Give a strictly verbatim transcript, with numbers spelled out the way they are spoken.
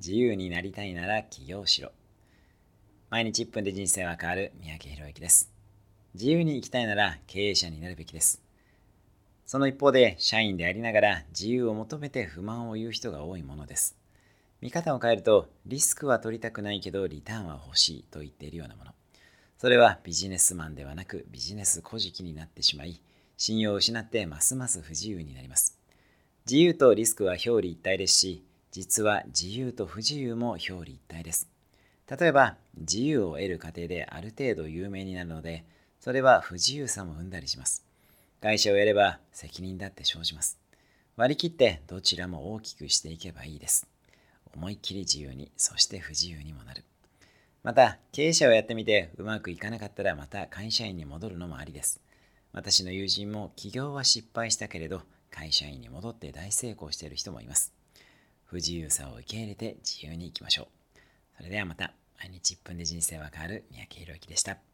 自由になりたいなら起業しろ。毎日いっぷんで人生は変わる三宅宏之です。自由に生きたいなら経営者になるべきです。その一方で社員でありながら自由を求めて不満を言う人が多いものです。見方を変えると、リスクは取りたくないけどリターンは欲しいと言っているようなもの。それはビジネスマンではなくビジネス小じになってしまい、信用を失ってますます不自由になります。自由とリスクは表裏一体ですし、実は自由と不自由も表裏一体です。例えば、自由を得る過程である程度有名になるので、それは不自由さも生んだりします。会社をやれば責任だって生じます。割り切ってどちらも大きくしていけばいいです。思いっきり自由に、そして不自由にもなる。また、経営者をやってみてうまくいかなかったらまた会社員に戻るのもありです。私の友人も起業は失敗したけれど、会社員に戻って大成功している人もいます。不自由さを受け入れて自由に生きましょう。それではまた。毎日いっぷんで人生は変わる三宅宏之でした。